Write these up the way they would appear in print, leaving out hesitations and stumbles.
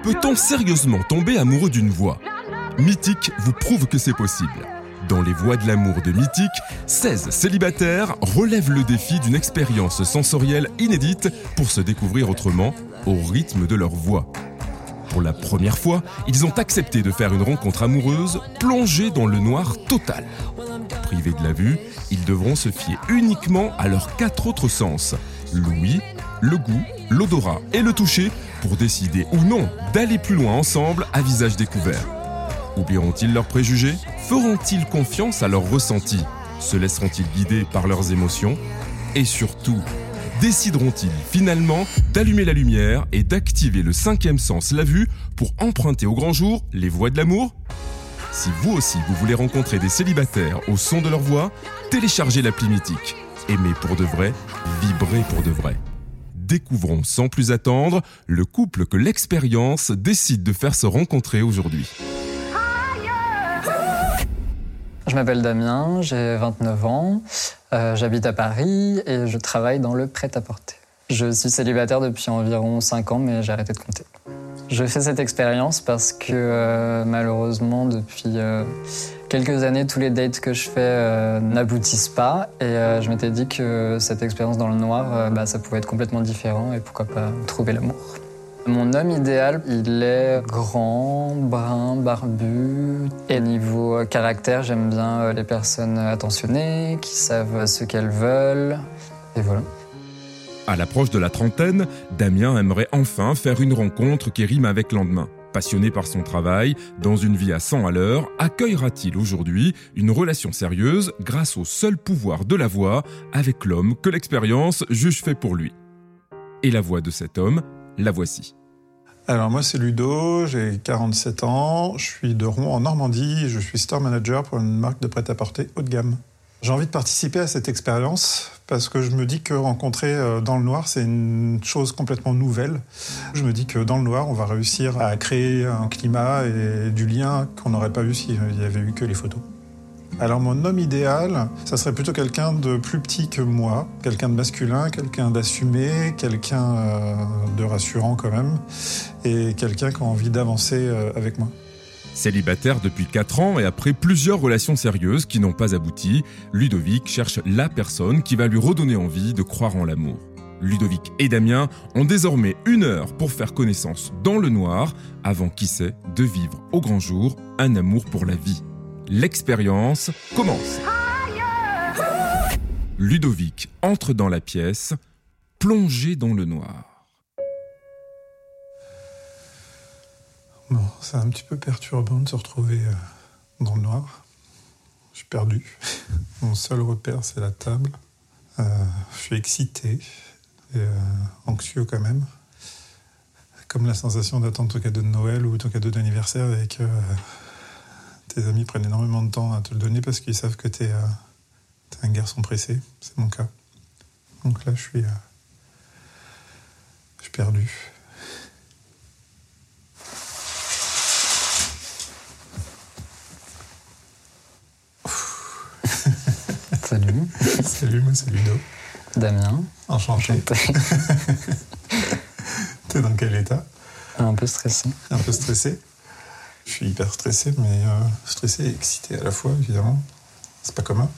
Peut-on sérieusement tomber amoureux d'une voix ? Mythique vous prouve que c'est possible. Dans les voix de l'amour de Mythique, 16 célibataires relèvent le défi d'une expérience sensorielle inédite pour se découvrir autrement au rythme de leur voix. Pour la première fois, ils ont accepté de faire une rencontre amoureuse plongée dans le noir total. Privés de la vue, ils devront se fier uniquement à leurs 4 autres sens, l'ouïe, le goût, l'odorat et le toucher, pour décider ou non d'aller plus loin ensemble à visage découvert. Oublieront-ils leurs préjugés ? Feront-ils confiance à leurs ressentis ? Se laisseront-ils guider par leurs émotions ? Et surtout, décideront-ils finalement d'allumer la lumière et d'activer le 5e sens, la vue, pour emprunter au grand jour les voies de l'amour ? Si vous aussi vous voulez rencontrer des célibataires au son de leur voix, téléchargez l'appli Mythique. Aimez pour de vrai, vibrez pour de vrai. Découvrons sans plus attendre le couple que l'expérience décide de faire se rencontrer aujourd'hui. Je m'appelle Damien, j'ai 29 ans, j'habite à Paris et je travaille dans le prêt-à-porter. Je suis célibataire depuis environ 5 ans, mais j'ai arrêté de compter. Je fais cette expérience parce que malheureusement, depuis quelques années, tous les dates que je fais n'aboutissent pas. Et je m'étais dit que cette expérience dans le noir, ça pouvait être complètement différent et pourquoi pas trouver l'amour. Mon homme idéal, il est grand, brun, barbu. Et niveau caractère, j'aime bien les personnes attentionnées, qui savent ce qu'elles veulent. Et voilà. À l'approche de la trentaine, Damien aimerait enfin faire une rencontre qui rime avec lendemain. Passionné par son travail, dans une vie à 100 à l'heure, accueillera-t-il aujourd'hui une relation sérieuse grâce au seul pouvoir de la voix avec l'homme que l'expérience juge fait pour lui ? Et la voix de cet homme, la voici. Alors moi c'est Ludo, j'ai 47 ans, je suis de Rouen en Normandie, je suis store manager pour une marque de prêt-à-porter haut de gamme. J'ai envie de participer à cette expérience parce que je me dis que rencontrer dans le noir, c'est une chose complètement nouvelle. Je me dis que dans le noir, on va réussir à créer un climat et du lien qu'on n'aurait pas eu s'il n'y avait eu que les photos. Alors mon homme idéal, ça serait plutôt quelqu'un de plus petit que moi, quelqu'un de masculin, quelqu'un d'assumé, quelqu'un de rassurant quand même, et quelqu'un qui a envie d'avancer avec moi. Célibataire depuis 4 ans et après plusieurs relations sérieuses qui n'ont pas abouti, Ludovic cherche la personne qui va lui redonner envie de croire en l'amour. Ludovic et Damien ont désormais 1 heure pour faire connaissance dans le noir, avant, qui sait, de vivre au grand jour un amour pour la vie. L'expérience commence. Ludovic entre dans la pièce, plongé dans le noir. Bon, c'est un petit peu perturbant de se retrouver dans le noir. Je suis perdu. Mon seul repère, c'est la table. Je suis excité et anxieux quand même. Comme la sensation d'attendre ton cadeau de Noël ou ton cadeau d'anniversaire et que tes amis prennent énormément de temps à te le donner parce qu'ils savent que t'es un garçon pressé. C'est mon cas. Donc là, je suis perdu. Salut. Salut, moi c'est Ludo. Damien. Enchanté. T'es dans quel état ? Un peu stressé. Un peu stressé ? Je suis hyper stressé, mais stressé et excité à la fois, évidemment. C'est pas commun.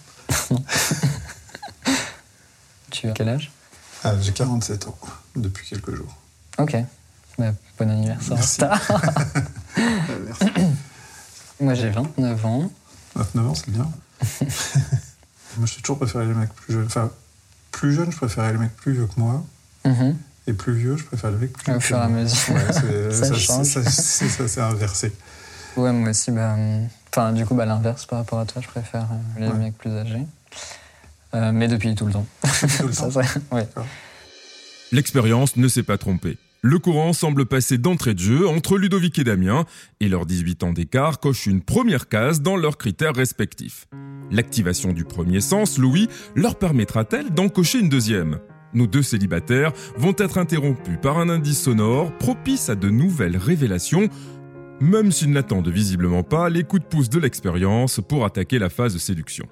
Tu as quel âge ? J'ai 47 ans, depuis quelques jours. Ok. Bon anniversaire. Merci. Merci. Moi j'ai 29 ans. 29 ans, c'est bien. Moi, j'ai toujours préféré les mecs plus jeunes. Enfin, plus jeunes, je préférais les mecs plus vieux que moi. Mm-hmm. Et plus vieux, je préfère les mecs plus vieux Au fur et à mesure. Ouais, ça change. Ça, c'est inversé. Ouais, moi aussi, l'inverse par rapport à toi, je préfère les mecs plus âgés. Mais depuis tout le temps. Tout le temps. Ouais. L'expérience ne s'est pas trompée. Le courant semble passer d'entrée de jeu entre Ludovic et Damien, et leurs 18 ans d'écart cochent une première case dans leurs critères respectifs. L'activation du premier sens, l'ouïe, leur permettra-t-elle d'en cocher une deuxième ? Nos 2 célibataires vont être interrompus par un indice sonore propice à de nouvelles révélations, même s'ils n'attendent visiblement pas les coups de pouce de l'expérience pour attaquer la phase de séduction.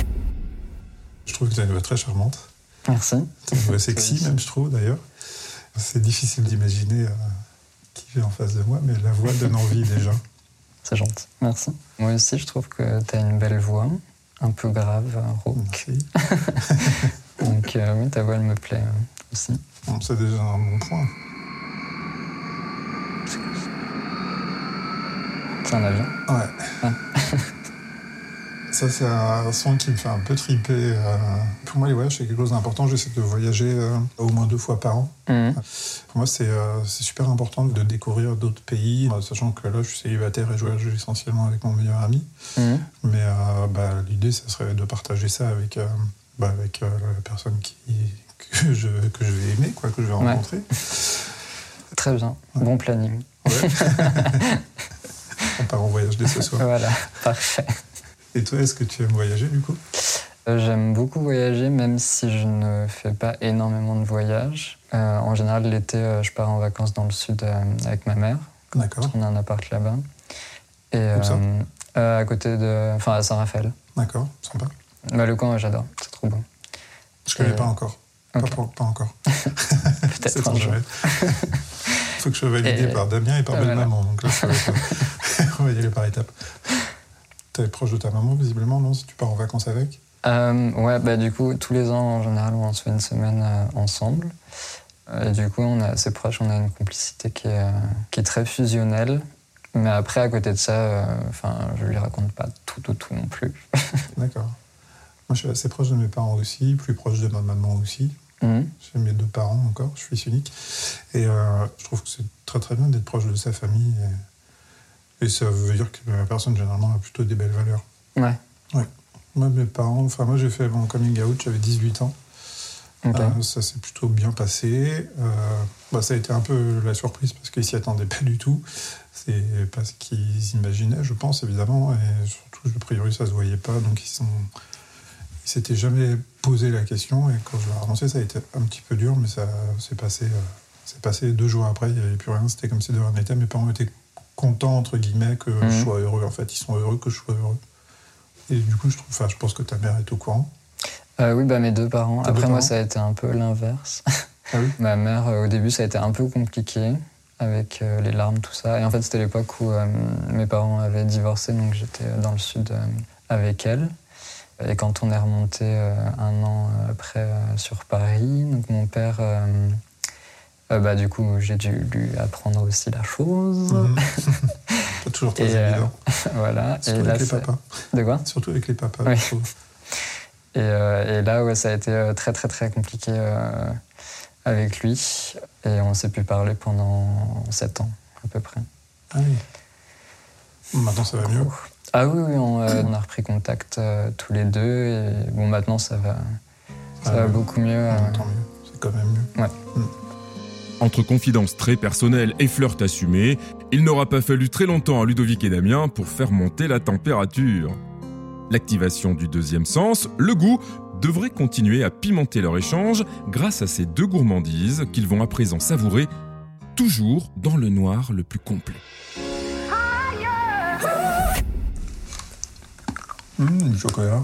Je trouve que tu as une voix très charmante. Merci. Tu as une voix sexy même, je trouve, d'ailleurs. C'est difficile d'imaginer qui est en face de moi, mais la voix donne envie déjà. C'est gentil, merci. Moi aussi, je trouve que tu as une belle voix, un peu grave, rauque. Merci. Donc oui, ta voix, elle me plaît aussi. Bon, c'est déjà un bon point. C'est un avion? Ouais. Ah. Ça, c'est un son qui me fait un peu triper. Pour moi, les voyages, c'est quelque chose d'important. J'essaie de voyager au moins 2 fois par an. Mmh. Pour moi, c'est super important de découvrir d'autres pays, sachant que là, je suis célibataire et je voyage essentiellement avec mon meilleur ami. Mmh. Mais l'idée, ça serait de partager ça avec la personne que je vais aimer, quoi, que je vais rencontrer. Très bien. Ouais. Bon planning. Ouais. On part en voyage dès ce soir. Voilà, parfait. Et toi, est-ce que tu aimes voyager, du coup ? J'aime beaucoup voyager, même si je ne fais pas énormément de voyages. En général, l'été, je pars en vacances dans le sud avec ma mère. D'accord. On a un appart là-bas. Et où ça ? à côté de... Enfin, à Saint-Raphaël. D'accord, sympa. Le coin, j'adore. C'est trop beau. Je connais pas encore. Okay. Pas encore. Peut-être c'est un jour. Faut que je sois validé par Damien et par belle-maman. Donc là, on va y aller par étapes. T'es proche de ta maman, visiblement, non ? Si tu pars en vacances avec ? Ouais, du coup, tous les ans, en général, on se fait une semaine ensemble. Et du coup, on est assez proches, on a une complicité qui est très fusionnelle. Mais après, à côté de ça, je lui raconte pas tout non plus. D'accord. Moi, je suis assez proche de mes parents aussi, plus proche de ma maman aussi. Mmh. J'ai mes 2 parents encore, je suis fils unique. Et je trouve que c'est très très bien d'être proche de sa famille. Et ça veut dire que la personne, généralement, a plutôt des belles valeurs. Ouais. Moi, mes parents... moi, j'ai fait mon coming out, j'avais 18 ans. Okay. Ça s'est plutôt bien passé. Ça a été un peu la surprise parce qu'ils s'y attendaient pas du tout. C'est pas ce qu'ils imaginaient, je pense, évidemment. Et surtout, a priori, ça se voyait pas. Donc, ils s'étaient jamais posé la question. Et quand je leur ai annoncé, ça a été un petit peu dur, mais ça s'est passé. C'est passé 2 jours après, il n'y avait plus rien. C'était comme si de rien n'était. Mes parents étaient contents, entre guillemets, que je sois heureux. En fait, ils sont heureux que je sois heureux. Et du coup, je pense que ta mère est au courant. Oui, mes 2 parents. Tes Après, 2 moi, parents ? ça a été un peu l'inverse. Ah oui ? Ma mère, au début, ça a été un peu compliqué avec les larmes, tout ça. Et en fait, c'était l'époque où mes parents avaient divorcé, donc j'étais dans le sud avec elle. Et quand on est remonté 1 an après sur Paris, donc mon père... du coup, j'ai dû lui apprendre aussi la chose. Pas toujours très évident. Voilà. Surtout avec les papas. De quoi ? Surtout avec les papas, oui. je trouve. Et là, ça a été très, très, très compliqué avec lui. Et on s'est pu parler pendant 7 ans, à peu près. Ah oui. Maintenant, ça va mieux. Ah oui, on a repris contact tous les 2. Et bon, maintenant, ça va beaucoup mieux. Tant mieux. C'est quand même mieux. Ouais. Entre confidences très personnelles et flirts assumés, il n'aura pas fallu très longtemps à Ludovic et Damien pour faire monter la température. L'activation du 2e sens, le goût, devrait continuer à pimenter leur échange grâce à ces 2 gourmandises qu'ils vont à présent savourer, toujours dans le noir le plus complet. Du chocolat.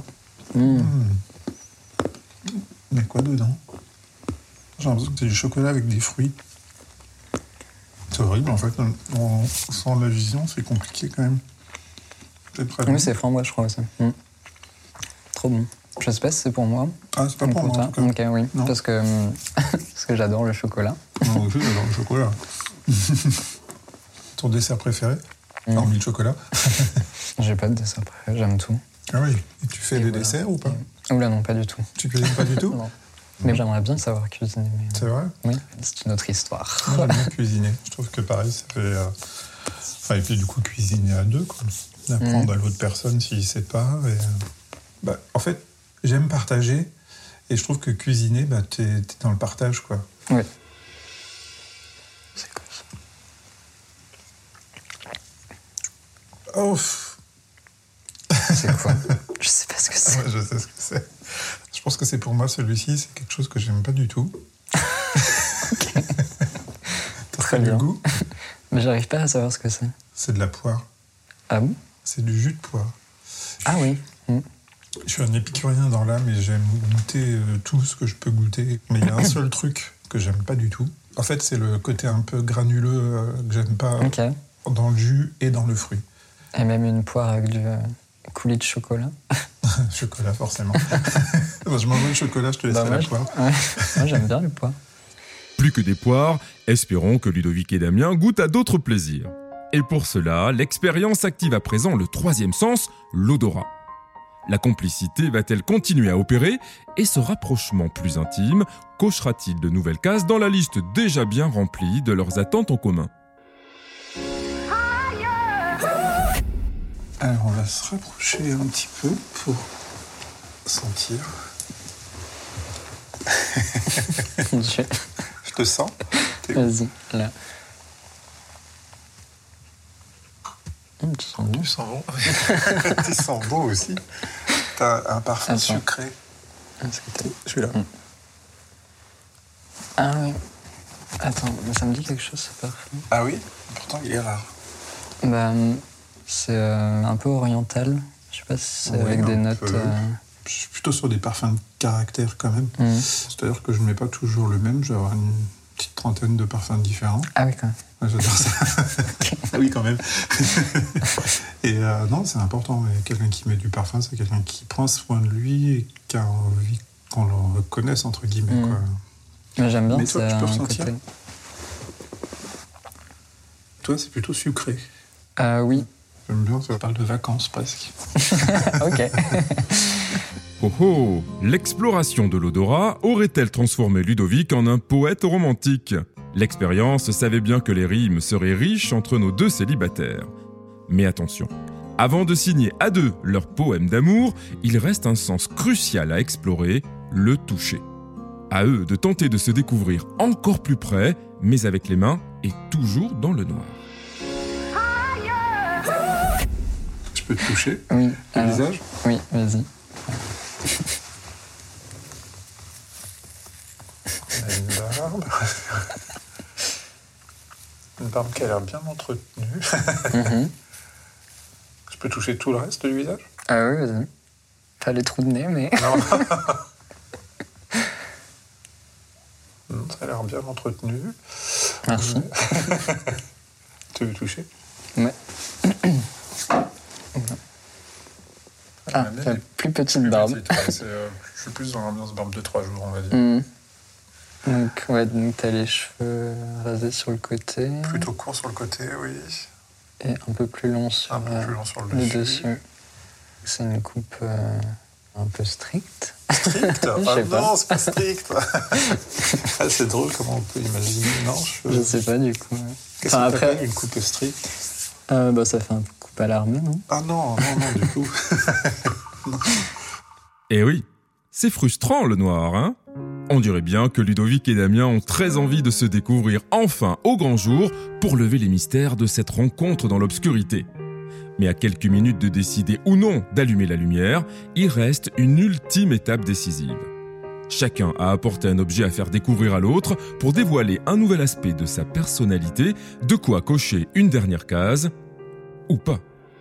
Mais quoi dedans ? J'ai l'impression que c'est du chocolat avec des fruits. C'est horrible, en fait. Sans la vision, c'est compliqué, quand même. Oui, c'est framboise, je crois, aussi. Trop bon. Je sais pas si c'est pour moi. Ah, c'est pas pour moi, en tout cas. Ok, oui. Parce que j'adore le chocolat. Moi aussi, j'adore le chocolat. Ton dessert préféré ? Hormis le chocolat. J'ai pas de dessert préféré, j'aime tout. Ah oui. Et tu fais des desserts ou pas ? Oula, non, pas du tout. Tu cuisines pas du tout ? Non. Mais j'aimerais bien savoir cuisiner. Mais... C'est vrai ? Oui, c'est une autre histoire. Moi, j'aime bien cuisiner. Je trouve que pareil, ça fait... et puis du coup, cuisiner à 2, quoi. D'apprendre à l'autre personne s'il ne sait pas. Et... en fait, j'aime partager. Et je trouve que cuisiner, t'es dans le partage, quoi. Oui. C'est quoi ça ? Oh. C'est quoi ? Je sais pas ce que c'est. Ouais, je sais ce que c'est. Je pense que c'est pour moi, celui-ci, c'est quelque chose que j'aime pas du tout. Ok. Très bien. Le goût. Mais j'arrive pas à savoir ce que c'est. C'est de la poire. Ah bon ? C'est du jus de poire. Ah oui. Je suis un épicurien dans l'âme et j'aime goûter tout ce que je peux goûter. Mais il y a un seul truc que j'aime pas du tout. En fait, c'est le côté un peu granuleux que j'aime pas dans le jus et dans le fruit. Et même une poire avec du coulis de chocolat. Chocolat, forcément. Moi, je mange le chocolat, je te laisse la poire. Ouais. Moi, j'aime bien les poires. Plus que des poires, espérons que Ludovic et Damien goûtent à d'autres plaisirs. Et pour cela, l'expérience active à présent le troisième sens, l'odorat. La complicité va-t-elle continuer à opérer et ce rapprochement plus intime cochera-t-il de nouvelles cases dans la liste déjà bien remplie de leurs attentes en commun? Alors, on va se rapprocher un petit peu pour sentir. Je te sens. Vas-y, là. Tu sens bon. Tu sens bon. Tu sens bon aussi. T'as un parfum sucré. Je suis là. Ah oui. Attends, ça me dit quelque chose ce parfum. Ah oui? Pourtant, il est rare. Bah, c'est un peu oriental. Je sais pas si c'est avec des notes... Je suis plutôt sur des parfums de caractère quand même. C'est-à-dire que je ne mets pas toujours le même. Je vais avoir une petite trentaine de parfums différents. Ah oui, quand même. Ouais, j'adore ça. Ah oui, quand même. Et non, c'est important. Et quelqu'un qui met du parfum, c'est quelqu'un qui prend soin de lui et qui a envie qu'on le reconnaisse, entre guillemets. Quoi. Mais j'aime bien. Mais toi, tu peux ressentir. Côté... Toi, c'est plutôt sucré. Oui. J'aime bien, ça parle de vacances presque. Ok. Oh oh, l'exploration de l'odorat aurait-elle transformé Ludovic en un poète romantique? L'expérience savait bien que les rimes seraient riches entre nos deux célibataires. Mais attention, avant de signer à deux leur poème d'amour, il reste un sens crucial à explorer, le toucher. À eux de tenter de se découvrir encore plus près, mais avec les mains et toujours dans le noir. Je peux te toucher? Oui. Le visage? Oui, vas-y. Une barbe. Une barbe qui a l'air bien entretenue. Je peux toucher tout le reste du visage? Ah oui, vas-y. Pas les trous de nez, mais... Non, ça a l'air bien entretenu. Merci. Tu veux toucher? Ouais. Ah, la plus petite barbe. Je suis plus dans l'ambiance barbe de 3 jours, on va dire. Donc t'as les cheveux rasés sur le côté. Plutôt court sur le côté, oui. Et un peu plus long sur, le dessus. C'est une coupe un peu stricte. Stricte? Ah non, c'est pas strict. C'est drôle comment on peut imaginer. Non, je sais pas du coup. Qu'est-ce que t'appelles une coupe stricte? Bah ça fait un peu coupe à l'armée, non? Ah non, du coup. Eh oui, c'est frustrant le noir, hein? On dirait bien que Ludovic et Damien ont très envie de se découvrir enfin au grand jour pour lever les mystères de cette rencontre dans l'obscurité. Mais à quelques minutes de décider ou non d'allumer la lumière, il reste une ultime étape décisive. Chacun a apporté un objet à faire découvrir à l'autre pour dévoiler un nouvel aspect de sa personnalité, de quoi cocher une dernière case, ou pas.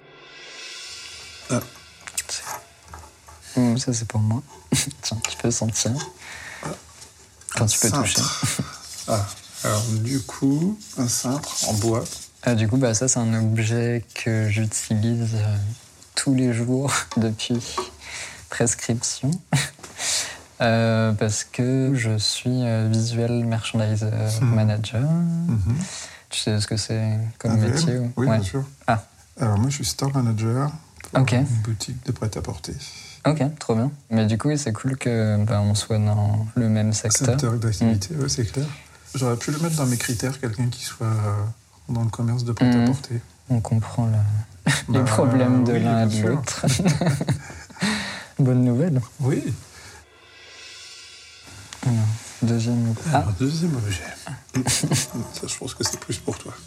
Ça c'est pour moi. Tiens, tu peux sentir. Quand tu peux toucher. Alors du coup, un cintre en bois. Du coup, ça c'est un objet que j'utilise tous les jours depuis prescription. Parce que je suis visual merchandiser manager. Tu sais ce que c'est comme métier ou... Oui, bien sûr. Alors moi je suis store manager pour une boutique de prêt-à-porter. Ok, trop bien. Mais du coup, c'est cool qu'on soit dans le même secteur. Secteur d'activité, oui, c'est clair. J'aurais pu le mettre dans mes critères, quelqu'un qui soit dans le commerce de prêt-à-porter. On comprend les problèmes de l'un et de l'autre. Bonne nouvelle. Oui. Alors, deuxième objet. Ça, je pense que c'est plus pour toi.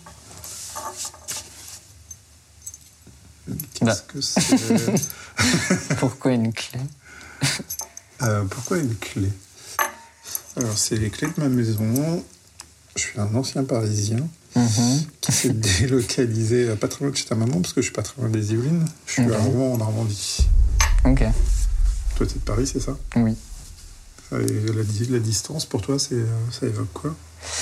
Qu'est-ce que c'est? Pourquoi une clé? Pourquoi une clé? Alors, c'est les clés de ma maison. Je suis un ancien Parisien qui s'est délocalisé pas très loin de chez ta maman, parce que je suis pas très loin des Yvelines. Je suis à Rouen, en Normandie. Ok. Toi, t'es de Paris, c'est ça? Oui. Et la distance, pour toi, ça évoque quoi?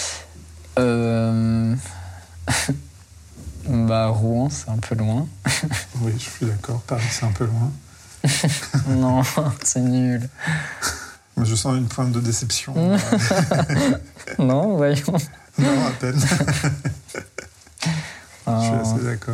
Rouen, c'est un peu loin. Oui, je suis d'accord. Paris, c'est un peu loin. Non, c'est nul. Je sens une pointe de déception. Non, voyons. Non, à peine. Je suis assez d'accord.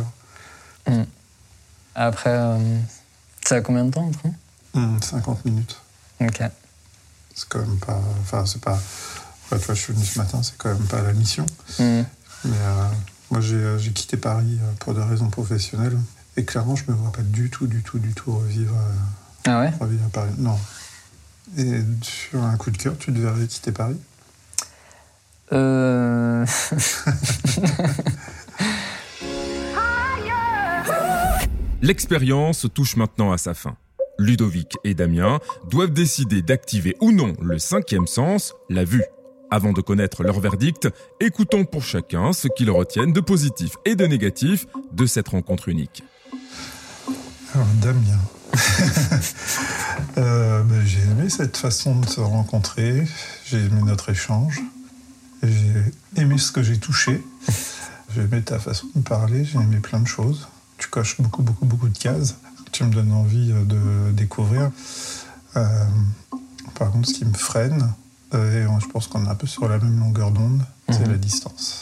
Après, c'est à combien de temps, en train? 50 minutes. Ok. C'est quand même pas... Enfin, c'est pas... Ouais, toi, je suis venu ce matin, c'est quand même pas la mission. Mais moi, j'ai quitté Paris pour des raisons professionnelles. Et clairement, je me vois pas du tout revivre... Ah ouais? Revivre à Paris. Non. Et sur un coup de cœur, tu devrais quitter Paris? L'expérience touche maintenant à sa fin. Ludovic et Damien doivent décider d'activer ou non le 5e sens, la vue. Avant de connaître leur verdict, écoutons pour chacun ce qu'ils retiennent de positif et de négatif de cette rencontre unique. Alors, Damien. J'ai aimé cette façon de se rencontrer, j'ai aimé notre échange, j'ai aimé ce que j'ai touché, j'ai aimé ta façon de parler, j'ai aimé plein de choses. Tu coches beaucoup de cases, tu me donnes envie de découvrir. Par contre, ce qui me freine, et je pense qu'on est un peu sur la même longueur d'onde, c'est la distance.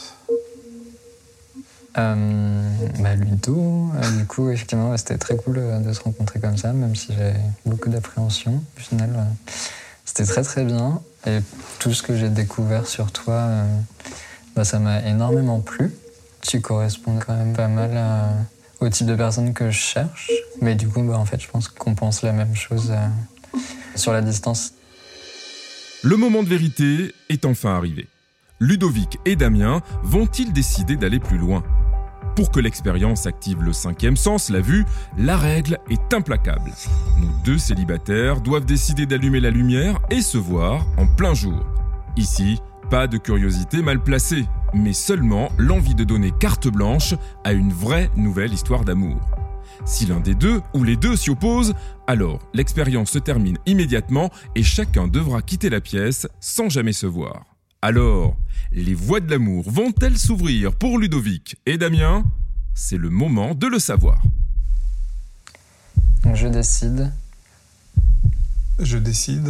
Ludo, du coup, effectivement, c'était très cool de se rencontrer comme ça, même si j'ai beaucoup d'appréhension. Au final, c'était très très bien. Et tout ce que j'ai découvert sur toi, ça m'a énormément plu. Tu corresponds quand même pas mal au type de personne que je cherche. Mais du coup, en fait, je pense qu'on pense la même chose sur la distance. Le moment de vérité est enfin arrivé. Ludovic et Damien vont-ils décider d'aller plus loin ? Pour que l'expérience active le 5e sens, la vue, la règle est implacable. Nos deux célibataires doivent décider d'allumer la lumière et se voir en plein jour. Ici, pas de curiosité mal placée, mais seulement l'envie de donner carte blanche à une vraie nouvelle histoire d'amour. Si l'un des deux ou les deux s'y opposent, alors l'expérience se termine immédiatement et chacun devra quitter la pièce sans jamais se voir. Alors, les voies de l'amour vont-elles s'ouvrir pour Ludovic et Damien ? C'est le moment de le savoir. Donc je décide. Je décide.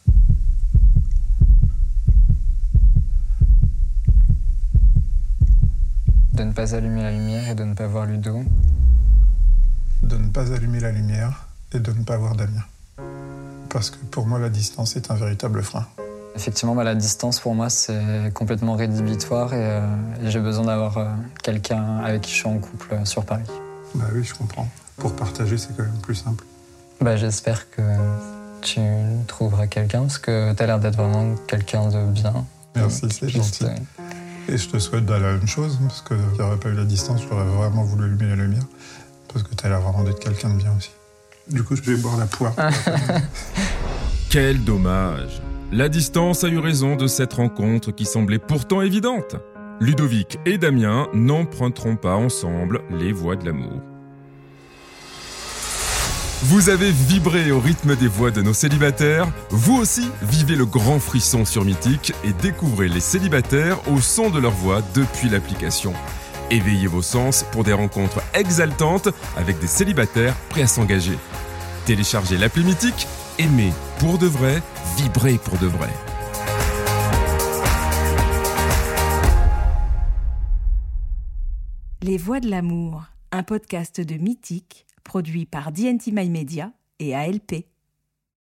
De ne pas allumer la lumière et de ne pas voir Ludo. De ne pas allumer la lumière et de ne pas voir Damien. Parce que pour moi, la distance est un véritable frein. Effectivement, la distance, pour moi, c'est complètement rédhibitoire et j'ai besoin d'avoir quelqu'un avec qui je suis en couple sur Paris. Bah oui, je comprends. Pour partager, c'est quand même plus simple. J'espère que tu trouveras quelqu'un, parce que tu as l'air d'être vraiment quelqu'un de bien. Merci, c'est gentil. Et je te souhaite la même chose, parce que s'il n'y aurait pas eu la distance, j'aurais vraiment voulu allumer la lumière, parce que tu as l'air vraiment d'être quelqu'un de bien aussi. Du coup, je vais boire la poire. Quel dommage! La distance a eu raison de cette rencontre qui semblait pourtant évidente. Ludovic et Damien n'emprunteront pas ensemble les voies de l'amour. Vous avez vibré au rythme des voix de nos célibataires. Vous aussi, vivez le grand frisson sur Mythique et découvrez les célibataires au son de leur voix depuis l'application. Éveillez vos sens pour des rencontres exaltantes avec des célibataires prêts à s'engager. Téléchargez l'appli Mythique, aimez pour de vrai, vibrez pour de vrai. Les Voix de l'amour, un podcast de Mythique, produit par DNT My Media et ALP.